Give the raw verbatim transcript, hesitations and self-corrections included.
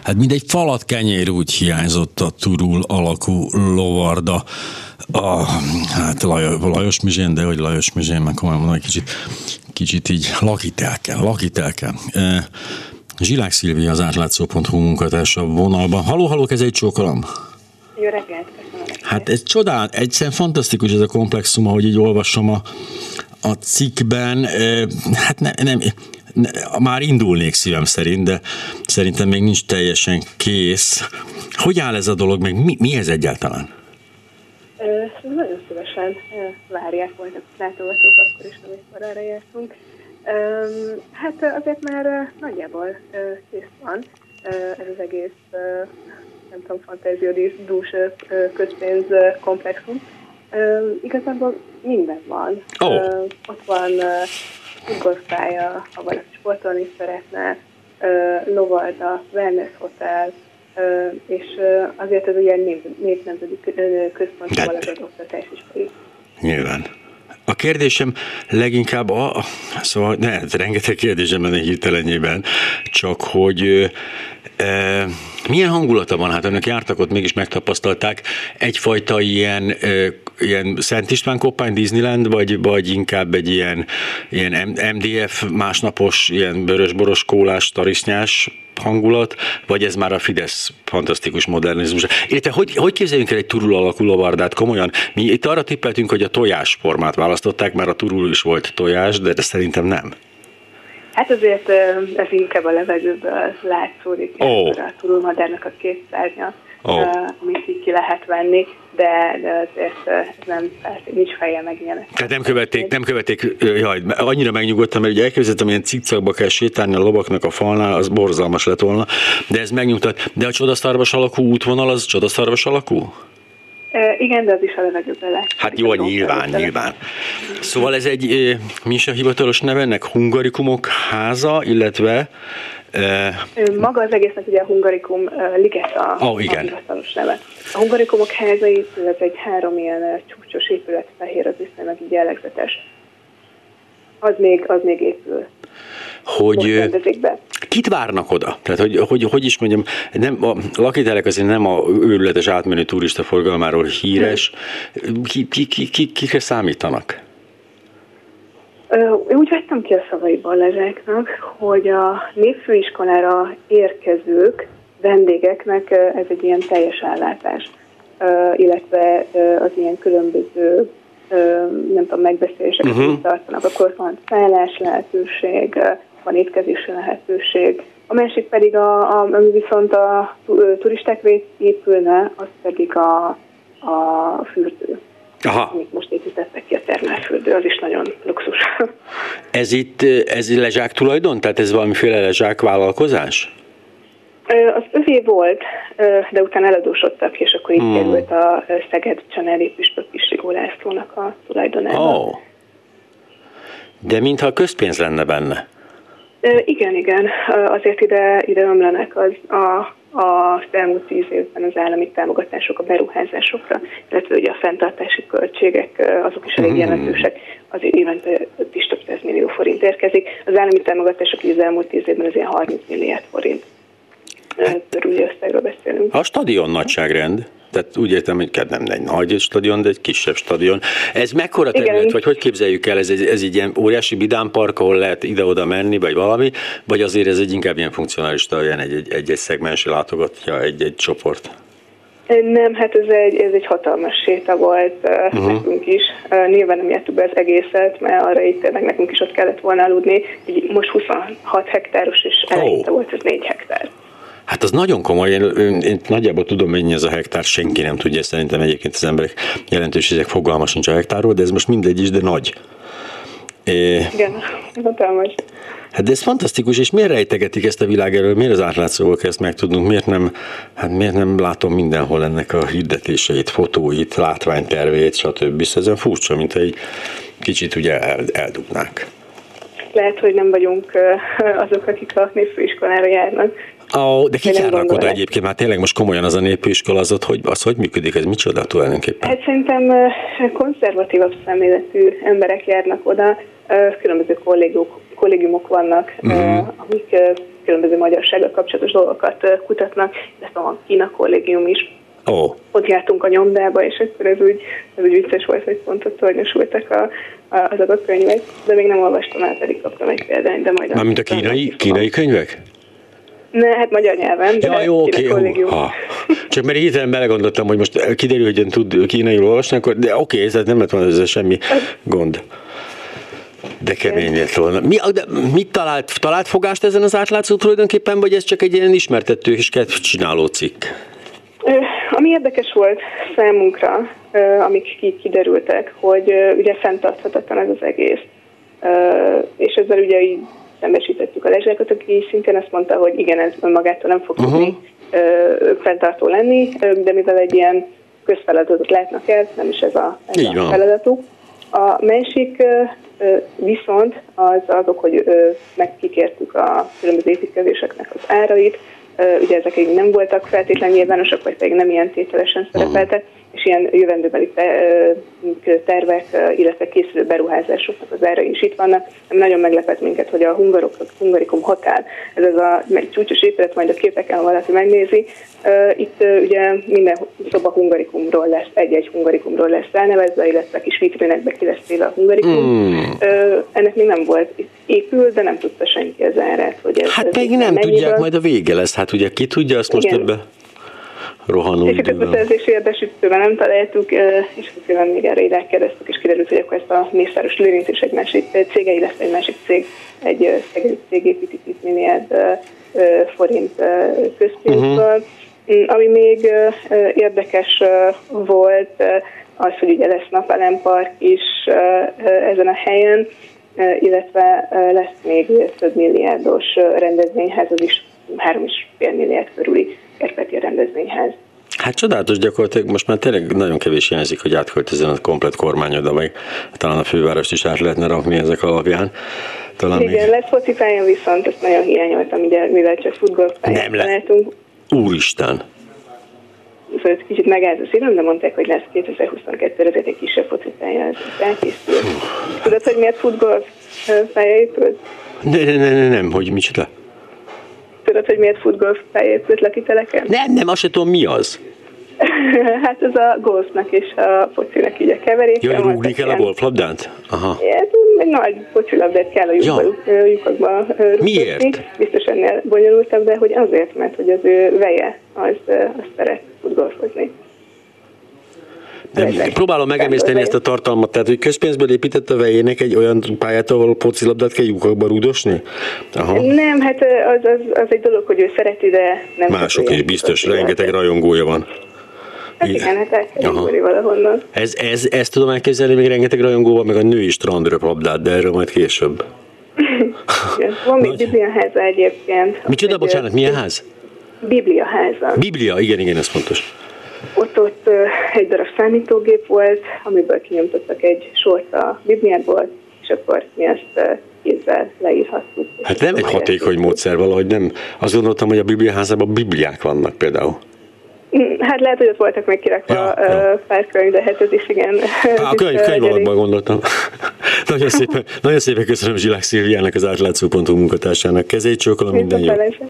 hát mindegy falat kenyér úgy hiányzott a turul alakú lovarda. A, hát Lajos, Lajos Mizsén, de hogy Lajos Mizsén, meg komolyan mondom, egy kicsit, kicsit így lakitelken, lakitelken. E, Zsilák Szilvia, az átlátszó pont hu munkatársa vonalban. Halló, halló, ez egy csókolom. Jó reggelt, köszönöm. Hát ez csodál, egyszerűen fantasztikus ez a komplexum, ahogy így olvasom a, a cikkben. E, hát ne, nem... Ne, már indulnék szívem szerint, de szerintem még nincs teljesen kész. Hogy áll ez a dolog, meg mi, mi ez egyáltalán? Ö, nagyon szívesen várják majd a látogatók akkor is, amikor erre jártunk. Ö, hát azért már nagyjából kész van ez az egész, nem tudom, fantáziadús közpénz komplexum. Ö, igazából minden van. Oh. Ö, ott van futballpálya, ha valaki sportolni szeretne, lovarda, wellness hotel, és azért ez ugye népnemzeti központ, ahol az oktatás is folyik. Nyilván. A kérdésem leginkább a, szóval ne, rengeteg kérdésem lenne hirtelenjében, csak hogy e, milyen hangulata van, hát önök jártak ott, mégis megtapasztalták egyfajta ilyen, e, ilyen Szent István koppány Disneyland, vagy, vagy inkább egy ilyen, ilyen em dé ef másnapos, ilyen vörösboros kólás, tarisznyás hangulat, vagy ez már a Fidesz fantasztikus modernizmus. Illetve hogy, hogy képzeljünk el egy turul alakú lovardát komolyan? Mi itt arra tippeltünk, hogy a tojás formát választották, mert a turul is volt tojás, de, de szerintem nem. Hát azért ez inkább a levegőből látszódik, oh. a turul modernnak a két szárnya, oh. amit így ki lehet venni, de, de azért ez nem, nincs fejjel megjelenni. Tehát nem követték, nem követték, jaj, annyira megnyugodtam, mert ugye elképzeltem, ilyen cikcakba kell sétálni a lovaknak a falnál, az borzalmas lett volna, de ez megnyugtat. De a csodaszarvas alakú útvonal az csodaszarvas alakú? E, igen, de az is a levegőben lehet. Hát jó, nyilván, nyilván. Szóval ez egy, mi is a hivatalos neve ennek? Hungarikumok háza, illetve... E... Maga az egésznek ugye a Hungarikum liget a, oh, igen. a hivatalos neve. A Hungarikumok házai, ez egy három ilyen csúcsos épület, fehér, az viszonylag így jellegzetes. Az még, az még épül. Hogy kit várnak oda? Tehát, hogy, hogy, hogy is mondjam, nem, a lakitelek azért nem a őrületes átmenő turista forgalmáról híres. Ki, ki, ki, ki, kikre számítanak? Én úgy vettem ki a szavaiból Lezsáknak, hogy a népfőiskolára érkezők, vendégeknek ez egy ilyen teljes ellátás, illetve az ilyen különböző nem tudom, megbeszéléseket uh-huh. tartanak, akkor van szállás lehetőség, van étkezési lehetőség. A másik pedig, a, a, ami viszont a turistákra épülne, az pedig a, a fürdő. Aha. Amit most építettek ki, a termálfürdő, az is nagyon luxus. Ez itt, ez lezsák tulajdon? Tehát ez valamiféle lezsák vállalkozás? Az övé volt, de utána eladósodtak, és akkor így hmm. került a Szeged Csanádi Püspök Pissigó Lászlónak a tulajdonába. Oh. De mintha közpénz lenne benne. Igen, igen. Azért ide, ide ömlenek az a az elmúlt tíz évben az állami támogatások a beruházásokra, illetve ugye a fenntartási költségek, azok is elég jelentősek, azért évente is több száz millió forint érkezik. Az állami támogatások az elmúlt tíz évben az ilyen harminc milliárd forint körüli összegről beszélünk. A stadion nagyságrend, tehát úgy értem, hogy nem egy nagy stadion, de egy kisebb stadion. Ez mekkora terület, vagy hogy képzeljük el, ez egy, ez egy ilyen óriási vidámpark, ahol lehet ide-oda menni, vagy valami, vagy azért ez egy inkább ilyen funkcionális stadion, egy-egy, egy-egy szegmensre látogatja egy-egy csoport? Nem, hát ez egy, ez egy hatalmas séta volt uh-huh. nekünk is. Nyilván nem jártuk be az egészet, mert arra itt tényleg nekünk is ott kellett volna aludni. Most huszonhat hektáros, és eleinte oh. volt ez négy hektár. Hát az nagyon komoly, én, én nagyjából tudom, mennyi ez a hektár, senki nem tudja, szerintem egyébként az emberek jelentőségek fogalma sincs a hektárról, de ez most mindegy is, de nagy. É... Igen, hatalmas. Hát de ez fantasztikus, és miért rejtegetik ezt a világ elől, miért az átlátszóval kell ezt megtudnunk, miért nem, hát miért nem látom mindenhol ennek a hirdetéseit, fotóit, látványtervét, stb. Ez olyan furcsa, mint egy kicsit ugye el, eldugnák. Lehet, hogy nem vagyunk azok, akik a népfőiskolára járnak. Oh, de kik járnak oda egyébként? Már tényleg most komolyan az a népfőiskola, az, hogy, az hogy működik, ez micsoda tulajdonképpen? Hát szerintem konzervatívabb szemléletű emberek járnak oda, Különböző kollégiumok, kollégiumok vannak, uh-huh. amik különböző magyarsággal kapcsolatos dolgokat kutatnak, illetve van Kína kollégium is. Oh. Ott jártunk a nyomdába, és akkor ez úgy, ez úgy vicces volt, hogy pont ott tornyosultak a, a, azok a könyvek, de még nem olvastam el, pedig kaptam egy példányt, de majd... Mármint a kínai, kínai könyvek? Ne, hát magyar nyelven, de ja, jó, oké, okay, jó. Csak mert hirtelen belegondoltam, hogy most kiderül, hogy ön tud kínaiul olvasni, akkor de oké, ez nem lett volna ezzel semmi gond. De kemény lett volna. Mi, de mit talált? Talált fogást ezen az átlátszó tulajdonképpen, vagy ez csak egy ilyen ismertető és kedvcsináló cikk? Ami érdekes volt számunkra, amik kiderültek, hogy ugye fenntarthatatlan ez az egész. És ezzel ugye így szembesítettük a Lezsákot, aki szintén azt mondta, hogy igen, ez önmagától nem fog tudni uh-huh. fenntartó lenni, de mivel egy ilyen közfeladatot látnak el, nem is ez a, ez a feladatuk. A másik viszont az azok, hogy megkikértük a különböző építkezéseknek az árait, ugye ezek így nem voltak feltétlenül nyilvánosak, vagy pedig nem ilyen tételesen szerepeltek, és ilyen jövendőbeli tervek, illetve készülő beruházásoknak az árai is itt vannak. Nagyon meglepett minket, hogy a Hungarikum Hotel, ez az a csúcsos épület, majd a képeken, ha valaki megnézi, itt ugye minden szoba Hungarikumról lesz, egy-egy Hungarikumról lesz elnevezve, illetve kis vitrinekbe ki lesz téve a Hungarikum. Mm. Ennek még nem volt, itt épül, de nem tudta senki az árát. Hogy ez, hát ez még nem mennyiből. Tudják, majd a vége lesz, hát ugye ki tudja, azt most ebbe rohanó és a közbeszerzési érdesítőben nem találtuk, és közben még erre ide kérdeztük, és kiderült, hogy akkor ezt a Mészáros Lőrinc és egy másik cégei lesz, egy másik cég, egy szegedi cég építi tíz milliárd forint közpénzből. Uh-huh. Ami még érdekes volt, az, hogy ugye lesz napelempark is ezen a helyen, illetve lesz még több milliárdos rendezvényház, az is három és fél milliárd körüli Kárpátia rendezvényház. Hát csodálatos, gyakorlatilag most már tényleg nagyon kevés hiányzik, hogy átköltözön a komplet kormányoda, meg talán a fővárost is át lehetne rakni ezek alapján. Talán igen, még... lesz focipálya, viszont ezt nagyon hiányoltam, mivel csak futballpályát találtunk. Úristen! Szóval kicsit megáll a szívem, de mondták, hogy lesz kétezer-huszonkettőre ezért egy kisebb focipálya, ez elkészül. Tudod, hogy miért futballpálya épült? Ne, ne, ne, ne, nem, hogy micsoda? Tudod, hogy miért futgolfpálya épült lakiteleken? Nem, nem, azt sem tudom, mi az. Hát ez a golfnak és a focinak így a keveréke. Jaj, rúgni kell a golflabdát? Aha. Ez egy nagy focilabdát kell a lyukba, ja. lyukakba rúgni. Miért? Biztos ennél bonyolultabb, de hogy azért, mert hogy az ő veje az, az szeret futgolfozni. De próbálom megemészteni ezt a tartalmat, tehát hogy közpénzből épített a vejének egy olyan pályát, ahol focilabdát kell lyukakba rúdosni? Aha. Nem, hát az, az, az egy dolog, hogy ő szereti, de nem... Mások is biztos, rengeteg rajongója van. Hát igen, hát el kell indulni valahonnan. Ez, ez, ezt tudom elképzelni, még rengeteg rajongó van, meg a női strandröplabdát, de erről majd később. Igen. Van még Bibliaháza egyébként. Micsoda, bocsánat, milyen ház? Bibliaháza. Biblia, igen, igen, ez fontos. Ott, ott egy darab számítógép volt, amiből kinyomtottak egy sort a Bibliából, és akkor mi ezt kézzel leírhattuk. Hát nem egy hatékony módszer valahogy, nem. Azt gondoltam, hogy a Bibliaházában bibliák vannak például. Hát lehet, hogy ott voltak még kirakva ja, ja. pár könyv, de hát ez is igen. Á, a könyv, könyv alapban gondoltam. nagyon, szépen, nagyon szépen köszönöm Zsilák Szilviának, az átlátszó pont hu munkatársának. Kezét csókolom, minden jó.